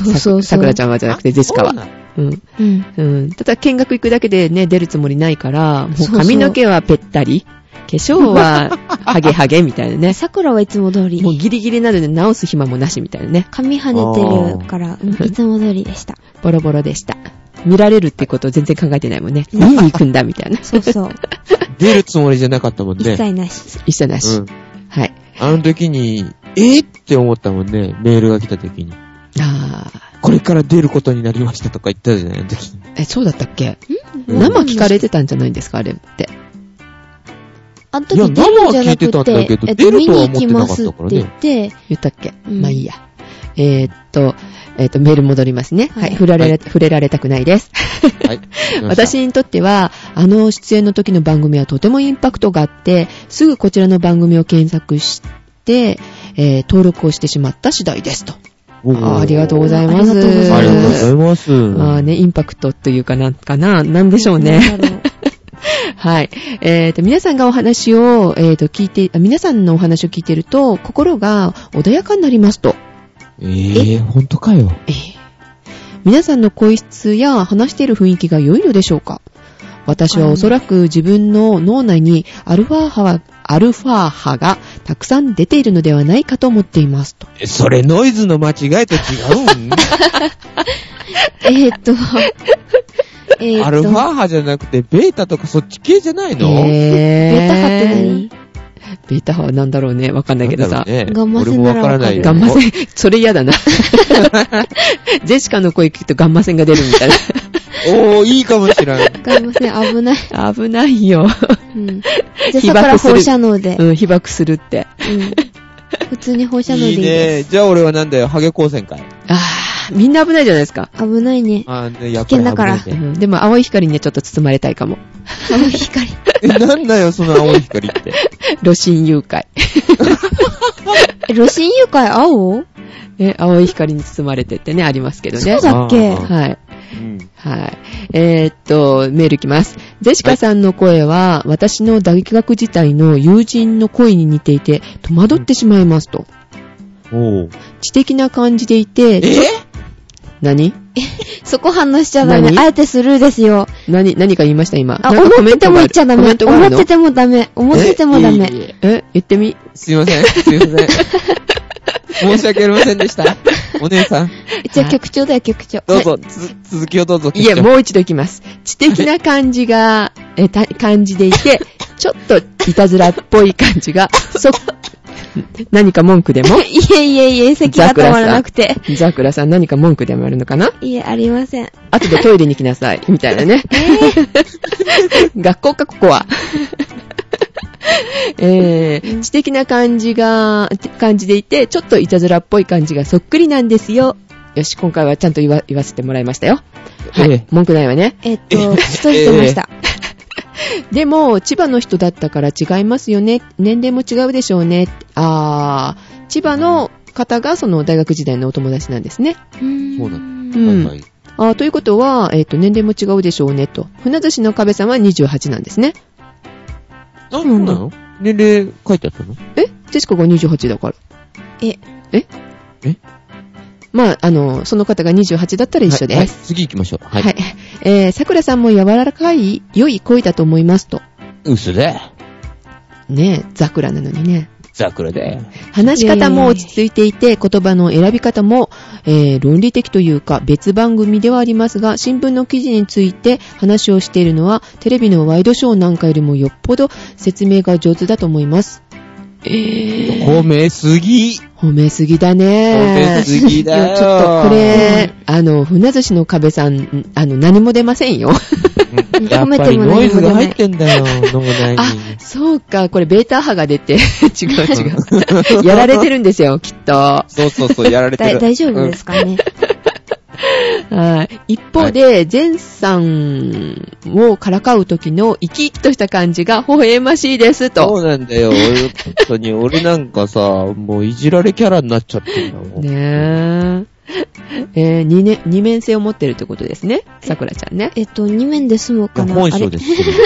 Speaker 3: 桜ちゃんはじゃなくて、ジェシカは。ただ見学行くだけでね、出るつもりないから、もう髪の毛はぺったり。化粧は、ハゲハゲみたいなね。
Speaker 1: 桜はいつも通り。
Speaker 3: もうギリギリなので直す暇もなしみたいなね。
Speaker 1: 髪跳ねてるから、いつも通りでした。
Speaker 3: ボロボロでした。見られるってことを全然考えてないもんね。見に行くんだみたいな。
Speaker 1: そう。
Speaker 2: 出るつもりじゃなかったもんね。
Speaker 1: 一切なし。
Speaker 2: はい。あの時に、って思ったもんね。メールが来た時に。これから出ることになりましたとか言ったじゃない、あの時に。
Speaker 3: そうだったっけ？生聞かれてたんじゃないんですか、あれって。
Speaker 1: あの時出るんじゃなくて、見に行きますって
Speaker 3: 言ったっけ？まあいいや。メール戻りますね。はい。触れられたくないです。はい。私にとっては、出演の時の番組はとてもインパクトがあって、すぐこちらの番組を検索して、登録をしてしまった次第ですと。ありがとうございます。
Speaker 2: ありがとうございます。
Speaker 3: まあね、インパクトというかなんでしょうね。はい。皆さんがお話を、聞いて、皆さんのお話を聞いていると、心が穏やかになりますと。
Speaker 2: ほんとかよ。
Speaker 3: 皆さんの声質や話している雰囲気が良いのでしょうか？私はおそらく自分の脳内にアルファ波がたくさん出ているのではないかと思っていますと。
Speaker 2: それノイズの間違いと違うんアルファ波じゃなくてベータとかそっち系じゃないの？
Speaker 1: ベータ波って何？
Speaker 3: ベータ波はなんだろうね。わかんないけどさ。
Speaker 1: ガンマ線ならわかる。
Speaker 3: ガンマ線。それ嫌だな。ジェシカの声聞くとガンマ線が出るみたいな。
Speaker 2: おー、いいかもしれない。
Speaker 1: ガンマ線危ない。
Speaker 3: 危ないよ。
Speaker 1: うん。じゃあ桜放射能で。
Speaker 3: うん、被爆するって。うん。
Speaker 1: 普通に放射能でいいです。いいね。
Speaker 2: じゃあ俺はなんだよ、ハゲ光線かい。
Speaker 3: みんな危ないじゃないですか。
Speaker 1: 危ないね。危険だから。
Speaker 3: でも青い光にね、ちょっと包まれたいかも。
Speaker 1: 青い光。
Speaker 2: なんだよ、その青い光って。
Speaker 3: 露心誘拐。
Speaker 1: 露心誘拐青？
Speaker 3: 青い光に包まれてってね、ありますけどね。
Speaker 1: そうだっけ？
Speaker 3: はい。はい。メールきます。ジェシカさんの声は、私の大学時代の友人の声に似ていて、戸惑ってしまいますと。知的な感じでいて、何？
Speaker 1: そこ反応しちゃダメ。あえてスルーですよ。
Speaker 3: 何か言いました今。
Speaker 1: 思ってても言っちゃダメ。思っててもダメ。思っててもダメ。
Speaker 3: 言ってみ。
Speaker 2: すいません。申し訳ありませんでした。お姉さん。
Speaker 1: じゃあ局長だよ、局長。
Speaker 2: どうぞ、続きをどうぞ。
Speaker 3: いや、もう一度いきます。知的な感じが、感じでいて、ちょっといたずらっぽい感じが、何か文句でも
Speaker 1: いえ、席が止まらなくて。
Speaker 3: ザクラさん何か文句でもあるのかな？
Speaker 1: いえ、ありません。
Speaker 3: 後でトイレに来なさい、みたいなね。学校か、ここは。知的な感じでいて、ちょっといたずらっぽい感じがそっくりなんですよ。よし、今回はちゃんと言わせてもらいましたよ。はい、文句ないわね。
Speaker 1: 一人出ました。
Speaker 3: でも、千葉の人だったから違いますよね。年齢も違うでしょうね。千葉の方がその大学時代のお友達なんですね。
Speaker 2: そうなんだ。
Speaker 3: はい。ということは、年齢も違うでしょうねと。船寿司の壁さんは28なんですね。
Speaker 2: そうなの？年齢書いてあったの？
Speaker 3: ジェシカが28だから。まあ、その方が28だったら一緒です。はい、
Speaker 2: 次行きましょう。はい。
Speaker 3: 桜さんも柔らかい、良い声だと思いますと。
Speaker 2: 嘘だ。
Speaker 3: ねえ、桜なのにね。
Speaker 2: 桜だよ。
Speaker 3: 話し方も落ち着いていて、言葉の選び方も、論理的というか、別番組ではありますが、新聞の記事について話をしているのは、テレビのワイドショーなんかよりもよっぽど説明が上手だと思います。
Speaker 2: 褒めすぎ
Speaker 3: だね。
Speaker 2: 褒めすぎだよ。
Speaker 3: ちょっとこれ、船寿司の壁さん、何も出ませんよ。
Speaker 2: やっぱりノイズが入ってんだよ、脳内に。
Speaker 3: そうか、これベータ波が出て、違う。やられてるんですよ、きっと。
Speaker 2: そう、やられてる。
Speaker 1: 大丈夫ですかね。
Speaker 3: 一方で、前さんをからかう時の生き生きとした感じが微笑ましいですと。
Speaker 2: そうなんだよ。本当に俺なんかさ、もういじられキャラになっちゃってんだもん。
Speaker 3: ねえ。二面性を持ってるってことですね。さくらちゃんね。
Speaker 1: 二面で済むかな。
Speaker 2: 本性です。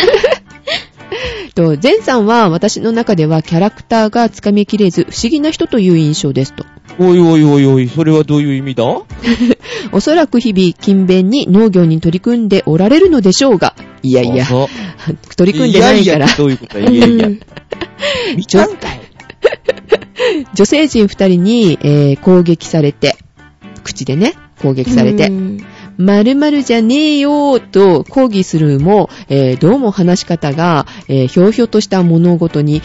Speaker 3: 前さんは私の中ではキャラクターがつかみきれず不思議な人という印象ですと。
Speaker 2: おい、それはどういう意味だ？
Speaker 3: おそらく日々勤勉に農業に取り組んでおられるのでしょうが、いや取り組んでないから。
Speaker 2: どういうことだ？いや。見ちゃうんかい。
Speaker 3: 女性陣二人に、攻撃されて、口でね、攻撃されて、〇〇じゃねえよーと抗議するも、どうも話し方が、ひょうひょうとした物事に、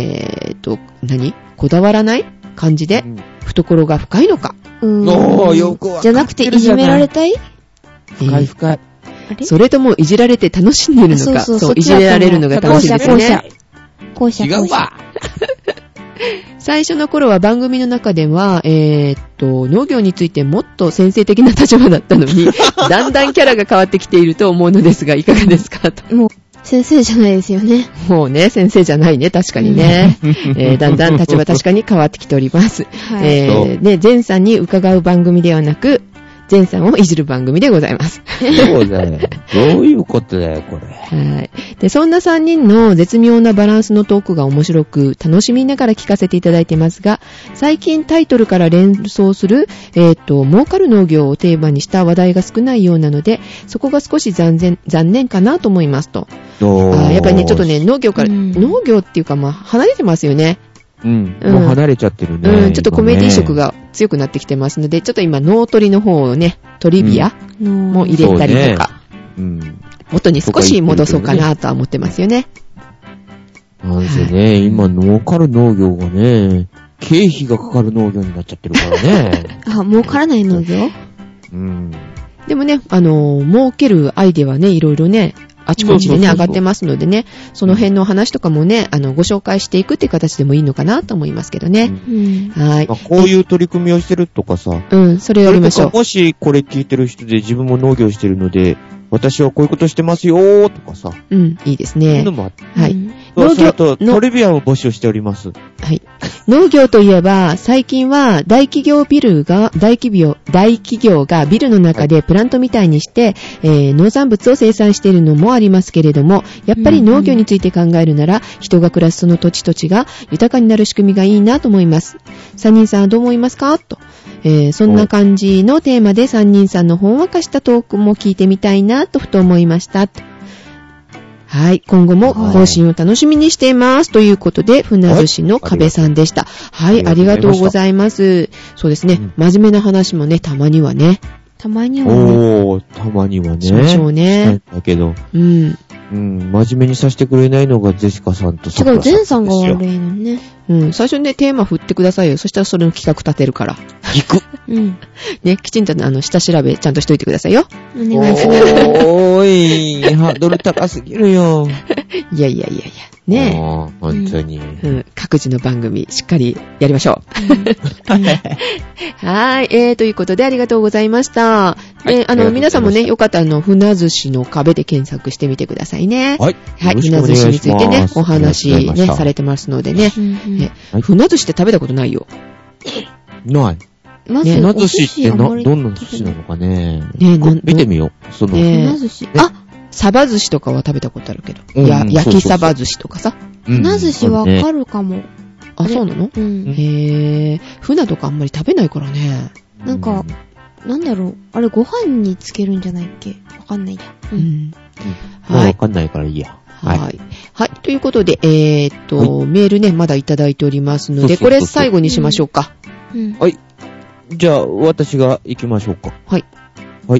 Speaker 3: こだわらない感じで、懐が深いのか。
Speaker 2: よくわかってるじゃない。
Speaker 1: じゃなくていじめられたい？
Speaker 2: 深い。
Speaker 3: それともいじられて楽しんでるのか。そう、いじられるのが楽しいですね。
Speaker 1: 後者。
Speaker 2: 違うわ。
Speaker 3: 最初の頃は番組の中では、農業についてもっと先生的な立場だったのに、だんだんキャラが変わってきていると思うのですが、いかがですかと。
Speaker 1: もう、先生じゃないですよね。
Speaker 3: もうね、先生じゃないね、確かにね。だんだん立場確かに変わってきております。前さんに伺う番組ではなく、前さんをいじる番組でございます。
Speaker 2: そうだよ。どういうことだよ、これ。
Speaker 3: はい。で、そんな3人の絶妙なバランスのトークが面白く、楽しみながら聞かせていただいてますが、最近タイトルから連想する、儲かる農業をテーマにした話題が少ないようなので、そこが少し残念かなと思いますと。やっぱりね、ちょっとね、農業っていうか、離れてますよね。
Speaker 2: もう離れちゃってるね。
Speaker 3: ちょっとコメディ色が強くなってきてますので、ちょっと今、脳トリの方をね、トリビアも入れたりとか、元に少し戻そうかなとは思ってますよね。
Speaker 2: なんせね、今儲かる農業がね、経費がかかる農業になっちゃってるからね。
Speaker 1: あ、儲からない農業？
Speaker 2: うん。
Speaker 3: でもね、儲けるアイデアはね、いろいろね、あちこちでね、上がってますのでね、その辺の話とかもね、ご紹介していくっていう形でもいいのかなと思いますけどね。
Speaker 1: うん、
Speaker 3: はい。
Speaker 2: まあ、こういう取り組みをしてるとかさ。
Speaker 3: うん、それをやりましょう。
Speaker 2: もしこれ聞いてる人で自分も農業してるので、私はこういうことしてますよーとかさ。
Speaker 3: うん、いいですね。そういう
Speaker 2: のもあって。
Speaker 3: はい。
Speaker 2: 農業とトリビアを募集しております。
Speaker 3: はい。農業といえば、最近は大企業がビルの中でプラントみたいにして、農産物を生産しているのもありますけれども、やっぱり農業について考えるなら、人が暮らすその土地土地が豊かになる仕組みがいいなと思います。三人さんはどう思いますかと。そんな感じのテーマで三人さんのほんわかしたトークも聞いてみたいなとふと思いました。はい。今後も更新を楽しみにしています。ということで、船寿司の壁さんでした。はい。ありがとうございます。そうですね。真面目な話もね、たまにはね。
Speaker 1: たまには
Speaker 2: ね。たまにはね。
Speaker 3: しましょうね。
Speaker 2: だけど。
Speaker 3: うん。
Speaker 2: うん。真面目にさせてくれないのがジェシカさんとさくらさん。
Speaker 1: 違う、ゼンさんが悪いのね。
Speaker 3: うん。最初にね、テーマ振ってくださいよ。そしたらそれの企画立てるから。
Speaker 2: 聞く。
Speaker 3: うん。ね、きちんと下調べちゃんとしといてくださいよ。
Speaker 1: お願いします。
Speaker 2: おーい、ハードル高すぎるよ。
Speaker 3: いや。ねえ。
Speaker 2: 本当に。
Speaker 3: うん。各自の番組、しっかりやりましょう。はい。ということでありがとうございました。皆さんもね、よかったら船寿司の壁で検索してみてくださいね。
Speaker 2: はい。
Speaker 3: はい。船寿司についてね、お話ね、されてますのでね。船寿司って食べたことないよ。
Speaker 2: ない。
Speaker 1: まず、
Speaker 2: 船寿司ってどんな寿司なのかね。見てみよう。
Speaker 1: 船寿司。
Speaker 3: あ、サバ寿司とかは食べたことあるけど。焼きサバ寿司とかさ。
Speaker 1: 船寿司わかるかも。
Speaker 3: あ、そうなの？
Speaker 1: うん。
Speaker 3: へぇー。船とかあんまり食べないからね。
Speaker 1: なんか、なんだろう。あれご飯につけるんじゃないっけ？わかんないや。
Speaker 3: うん。
Speaker 2: はい。わかんないからいいや。
Speaker 3: はい。はい。ということで、メールね、まだいただいておりますので、これ最後にしましょうか。
Speaker 2: はい。じゃあ、私が行きましょうか。
Speaker 3: はい。
Speaker 2: はい。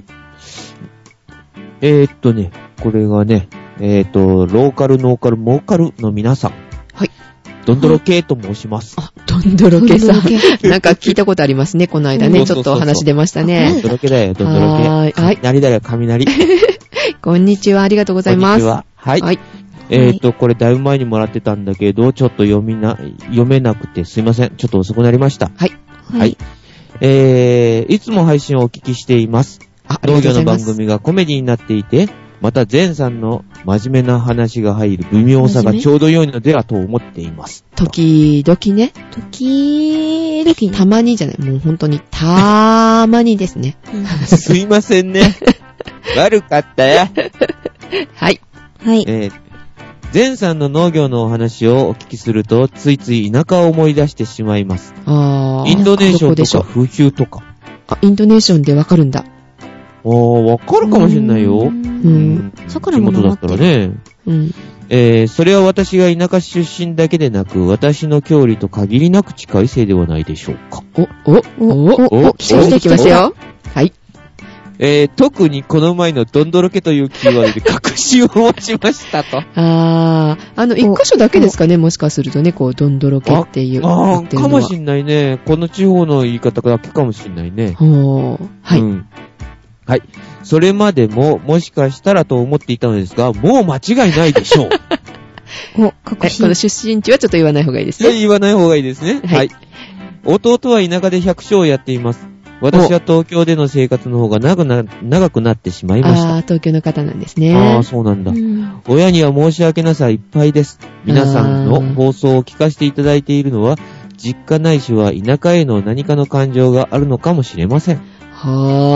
Speaker 2: これがね、ローカル、ノーカル、モーカルの皆さん。
Speaker 3: はい。
Speaker 2: どんどろけと申します。
Speaker 3: あ、どんどろけさん。なんか聞いたことありますね、この間ね。ちょっとお話出ましたね。
Speaker 2: どんどろけだよ、どんどろけ。はい。雷だよ、雷。
Speaker 3: こんにちは、ありがとうございます。
Speaker 2: こんにちは。はい。はい。これだいぶ前にもらってたんだけど、ちょっと読めなくてすいません。ちょっと遅くなりました。
Speaker 3: はい。
Speaker 2: はい。いつも配信をお聞きしています。農業の番組がコメディになっていて、また前さんの真面目な話が入る微妙さがちょうど良いのではと思っています。
Speaker 3: 時々ね。
Speaker 1: 時々。
Speaker 3: たまにじゃない。もう本当にたまにですね。
Speaker 2: すいませんね。悪かったよ。
Speaker 3: はい。
Speaker 1: はい。
Speaker 2: 前さんの農業のお話をお聞きすると、ついつい田舎を思い出してしまいます。インドネーションとか風習とか。
Speaker 3: あ、インドネーションでわかるんだ。
Speaker 2: わかるかもしれないよ。
Speaker 1: 地
Speaker 2: 元だったらね。それは私が田舎出身だけでなく、私の郷里と限りなく近いせいではないでしょうか。
Speaker 3: 期待していきますよ。はい。
Speaker 2: 特にこの前のどんどろけというキーワードで確信を持ちましたと。
Speaker 3: 一箇所だけですかね、もしかするとね、こう、どんどろけっていう。
Speaker 2: かもしんないね。この地方の言い方だけかもしんないね。
Speaker 3: はい。
Speaker 2: はい。それまでも、もしかしたらと思っていたのですが、もう間違いないでしょう。
Speaker 3: 確信。この出身地はちょっと言わない方がいいですね。
Speaker 2: 言わない方がいいですね。はい。弟は田舎で百姓をやっています。私は東京での生活の方が長くなってしまいました。
Speaker 3: 東京の方なんですね。
Speaker 2: そうなんだ。親には申し訳なさいっぱいです。皆さんの放送を聞かせていただいているのは、実家ないしは田舎への何かの感情があるのかもしれません。
Speaker 3: と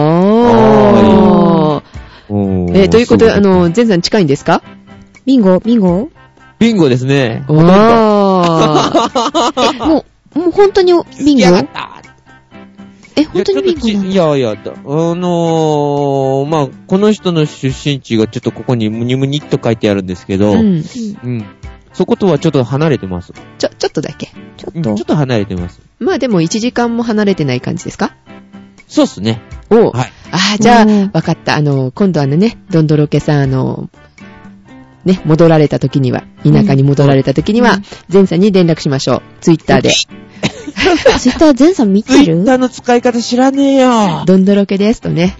Speaker 3: いうことで、前さん近いんですか？
Speaker 1: ビンゴ
Speaker 2: ですね。
Speaker 1: もう本当にビンゴ？本当にビンゴなんだ。
Speaker 2: いや、まあ、この人の出身地がちょっとここにムニムニっと書いてあるんですけど、そことはちょっと離れてます。
Speaker 3: ちょっとだけ。
Speaker 2: ちょっと離れてます。
Speaker 3: まあでも1時間も離れてない感じですか？
Speaker 2: そうっすね。
Speaker 3: はい。じゃあ、わかった。今度ね、どんどろけさん、 ね、戻られた時には、田舎に戻られた時には、前さんに連絡しましょう。ツイッターで。
Speaker 1: ツイッター前さん見てる？
Speaker 2: ツイッターの使い方知らねえよ。
Speaker 3: どんどろけですとね。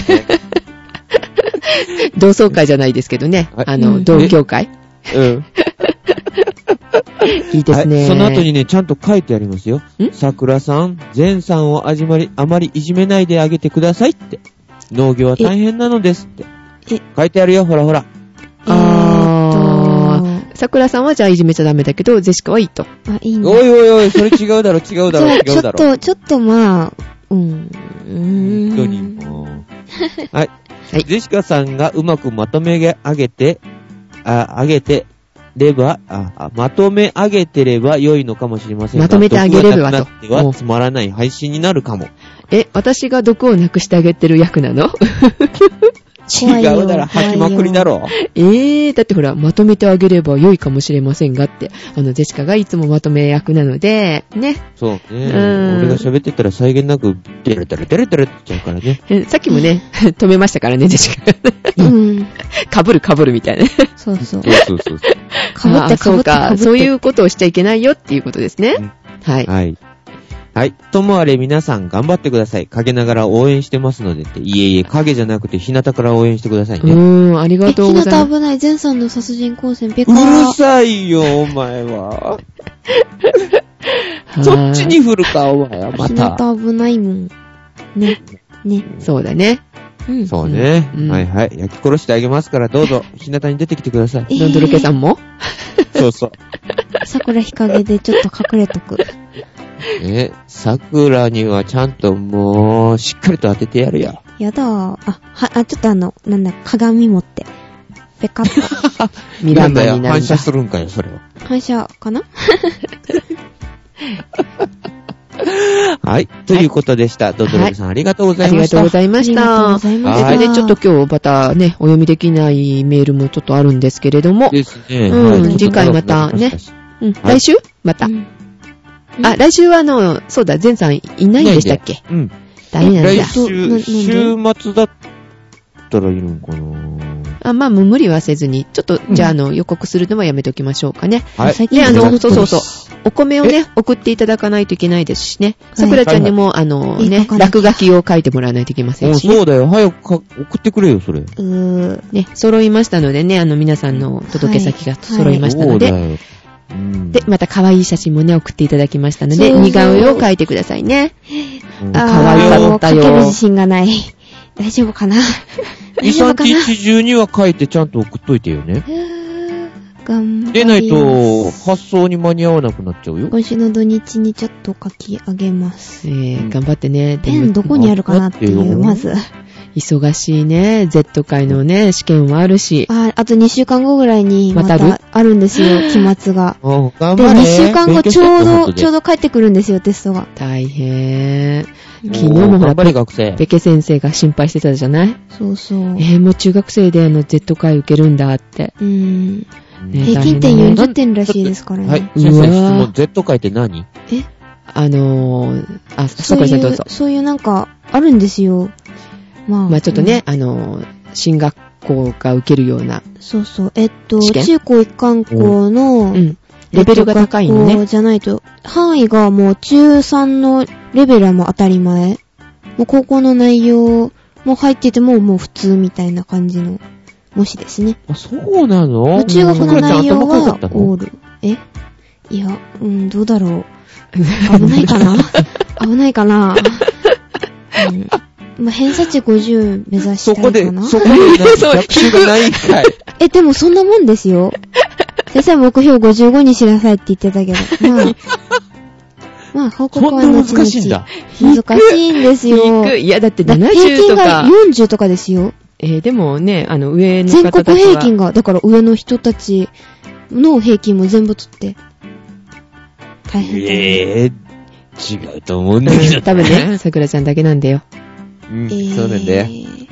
Speaker 3: 同窓会じゃないですけどね。同郷会。
Speaker 2: うん。
Speaker 3: いいですね、
Speaker 2: はい。その後にね、ちゃんと書いてありますよ。桜さん、前さんをあまりいじめないであげてくださいって。農業は大変なのですって。書いてあるよ、ほらほら。
Speaker 3: 桜さんはじゃあいじめちゃダメだけど、ジェシカはいいと。
Speaker 1: いいね。
Speaker 2: おいおいおい、それ違うだろ、違うだろ、違うだろ。
Speaker 1: ちょっとまあ、
Speaker 2: 本当にもう。はい。ジェシカさんがうまくまとめ上げてれば良いのかもしれませんが。
Speaker 3: まとめてあげればと。
Speaker 2: はつまらない配信になるかも。
Speaker 3: 私が毒をなくしてあげてる役なの？
Speaker 2: 違うだろ、吐きまくりだろ。
Speaker 3: だってほら、まとめてあげれば良いかもしれませんがって。ジェシカがいつもまとめ役なので、ね。
Speaker 2: そうね。俺が喋ってたら際限なく、デレデレって言っちゃうからね。
Speaker 3: さっきもね、止めましたからね、ジェシカが。かぶるみたいな。
Speaker 1: そうそう。
Speaker 3: かぶって。そういうことをしちゃいけないよっていうことですね。はい。
Speaker 2: はい。はい。ともあれ皆さん頑張ってください。陰ながら応援してますのでって。いえ、影じゃなくて日向から応援してくださいね。
Speaker 3: ありがとうございます。
Speaker 1: 日向危ない。前さんの殺人光線ペカ
Speaker 2: うるさいよ、お前は。そっちに振るか、お前はまた。
Speaker 1: 日向危ないもん。ね。
Speaker 3: そうだね。
Speaker 2: そうね。はいはい。焼き殺してあげますから、どうぞ、日向に出てきてください。
Speaker 3: ドンドルケさんも
Speaker 2: そうそう。
Speaker 1: 桜日陰でちょっと隠れとく。
Speaker 2: 桜にはちゃんともう、しっかりと当ててやるよ。
Speaker 1: やだー。ちょっと鏡持って。ペカッと。
Speaker 3: ミランダになるんだ。
Speaker 2: 反射するんかよ、それを。
Speaker 1: 反射かな
Speaker 2: はい。ということでした。ドンドルケさん、ありがとうございました。
Speaker 3: ありがとうございました。
Speaker 1: ち
Speaker 3: ょっと今日またね、お読みできないメールもちょっとあるんですけれども。
Speaker 2: ですね。
Speaker 3: 次回またね。来週また。来週はそうだ、前さんいないんでしたっけ？ダメなんだ。
Speaker 2: 来週、週末だったらいるのかな？
Speaker 3: まあ、無理はせずに、ちょっと、じゃあ、予告するのはやめときましょうかね。
Speaker 2: はい。
Speaker 3: そう。お米をね、送っていただかないといけないですしね。さくらちゃんにも、落書きを書いてもらわないといけませんしね。
Speaker 2: そうだよ。早く送ってくれよ、それ。
Speaker 3: ね、揃いましたのでね、皆さんの届け先が揃いましたので。で、また可愛い写真もね、送っていただきましたので、似顔絵を描いてくださいね。可愛かったよ。
Speaker 1: 描ける自信がない。大丈夫かな
Speaker 2: 2、3日中には書いてちゃんと送っといてよね。
Speaker 1: 頑張り。
Speaker 2: 出ないと発送に間に合わなくなっちゃうよ。
Speaker 1: 今週の土日にちょっと書き上げます。
Speaker 3: 頑張ってね。
Speaker 1: ペンどこにあるかなっていう、まず。
Speaker 3: 忙しいね。Z 会のね、試験はあるし。
Speaker 1: あと2週間後ぐらいにまたあるんですよ、期末が。
Speaker 2: で、
Speaker 1: 2週間後ちょうど帰ってくるんですよ、テストが。
Speaker 3: 大変。昨日もほら、ペケ先生が心配してたじゃない？
Speaker 1: そうそう。
Speaker 3: もう中学生でZ 会受けるんだって。
Speaker 1: 平均点40点らしいですからね。
Speaker 2: はい。先生、質問、Z 会って何？
Speaker 3: さくらさんどうぞ。
Speaker 1: そういうなんか、あるんですよ。
Speaker 3: まあちょっとね、進学校が受けるような。
Speaker 1: そうそう。中高一貫校の、
Speaker 3: レベルが高いのね。
Speaker 1: じゃないと、範囲がもう中3のレベルはもう当たり前。もう高校の内容も入っててももう普通みたいな感じの模試ですね。
Speaker 2: そうなの？
Speaker 1: 中学の内容はオール。いや、どうだろう。危ないかな危ないかなまあ、偏差値50目指したいかな。
Speaker 2: そこで学習がないんかい。
Speaker 1: でもそんなもんですよ。先生目標55にしなさいって言ってたけど。まあ、報告は後々。
Speaker 2: 難しいんだ。
Speaker 1: 難しいんですよ。
Speaker 3: いや、だって70とか。
Speaker 1: 平均が40とかですよ。
Speaker 3: でもね、上の方たちは。
Speaker 1: 全国平均が、だから上の人たちの平均も全部取って。大変だね。
Speaker 2: 違うと思うんだけど。
Speaker 3: 多分ね、さくらちゃんだけなんだよ。
Speaker 2: そうなんだよ。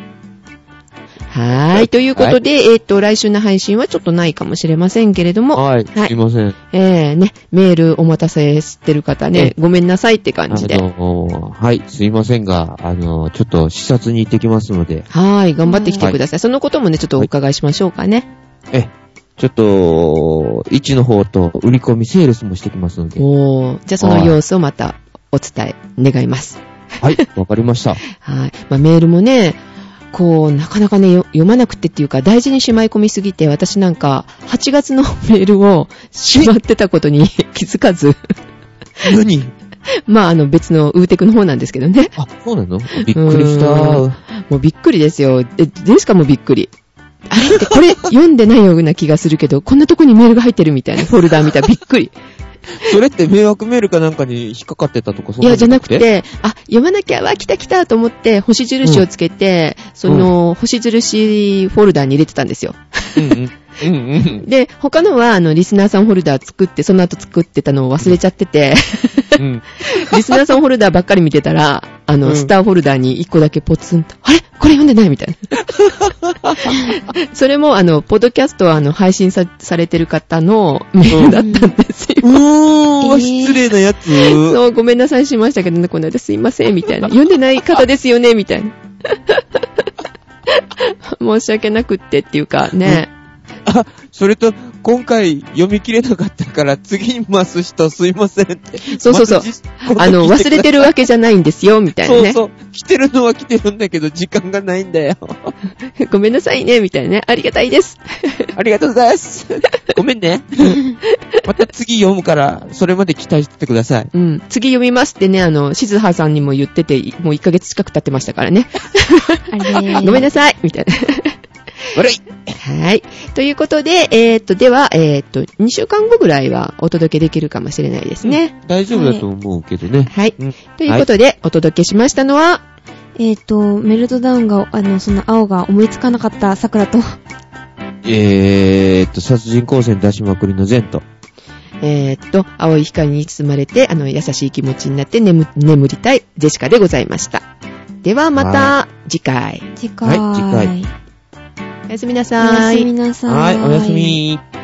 Speaker 3: はい。ということで、来週の配信はちょっとないかもしれませんけれども。
Speaker 2: はい。すいません。
Speaker 3: ね、メールお待たせしてる方ね、ごめんなさいって感じで。
Speaker 2: はい。すいませんが、ちょっと視察に行ってきますので。
Speaker 3: はい。頑張ってきてください。そのこともね、ちょっとお伺いしましょうかね。
Speaker 2: ちょっと、1の方と売り込みセールスもしてきますので。
Speaker 3: じゃあその様子をまたお伝え願います。
Speaker 2: はい、わかりました。
Speaker 3: はい。メールもね、なかなかね、読まなくてっていうか、大事にしまい込みすぎて、私なんか、8月のメールをしまってたことに気づかず。
Speaker 2: 何
Speaker 3: 別のウーテクの方なんですけどね。
Speaker 2: あ、そうなの？びっくりした。
Speaker 3: もうびっくりですよ。ですかもびっくり。あれってこれ読んでないような気がするけど、こんなとこにメールが入ってるみたいなフォルダー見たらびっくり。
Speaker 2: それって迷惑メールかなんかに引っかかってたとか
Speaker 3: いや、じゃなくて、読まなきゃ、来たと思って、星印をつけて、星印フォルダーに入れてたんですよ。で、他のは、リスナーさんフォルダー作って、その後作ってたのを忘れちゃってて、リスナーさんフォルダーばっかり見てたら、スターフォルダーに1個だけポツンと、あれこれ読んでないみたいな。それも、ポッドキャストは、配信されてる方のメールだったんですよ。
Speaker 2: 失礼なやつ。
Speaker 3: そう、ごめんなさいしましたけどね、この間すいません、みたいな。読んでない方ですよね、みたいな。申し訳なくってっていうかね。
Speaker 2: それと、今回読み切れなかったから、次に回す人すいませんって。
Speaker 3: そう。忘れてるわけじゃないんですよ、みたいなね。
Speaker 2: そう。来てるのは来てるんだけど、時間がないんだよ。
Speaker 3: ごめんなさいね、みたいなね。ありがたいです。
Speaker 2: ありがとうございます。ごめんね。また次読むから、それまで期待しててください。
Speaker 3: 次読みますってね、しずはさんにも言ってて、もう1ヶ月近く経ってましたからね。ごめんなさい、みたいな。
Speaker 2: 悪い。
Speaker 3: はい。ということで、では、2週間後ぐらいはお届けできるかもしれないですね。
Speaker 2: 大丈夫だと思うけどね。
Speaker 3: はい。ということで、お届けしましたのは、
Speaker 1: メルトダウンが、その青が思いつかなかった桜と、
Speaker 2: 殺人光線出しまくりのゼント。
Speaker 3: 青い光に包まれて、優しい気持ちになって眠りたいジェシカでございました。ではまた次回。
Speaker 1: はい、次回。
Speaker 3: おやすみなさい。
Speaker 1: おやすみなさい。
Speaker 2: はい、おやすみ。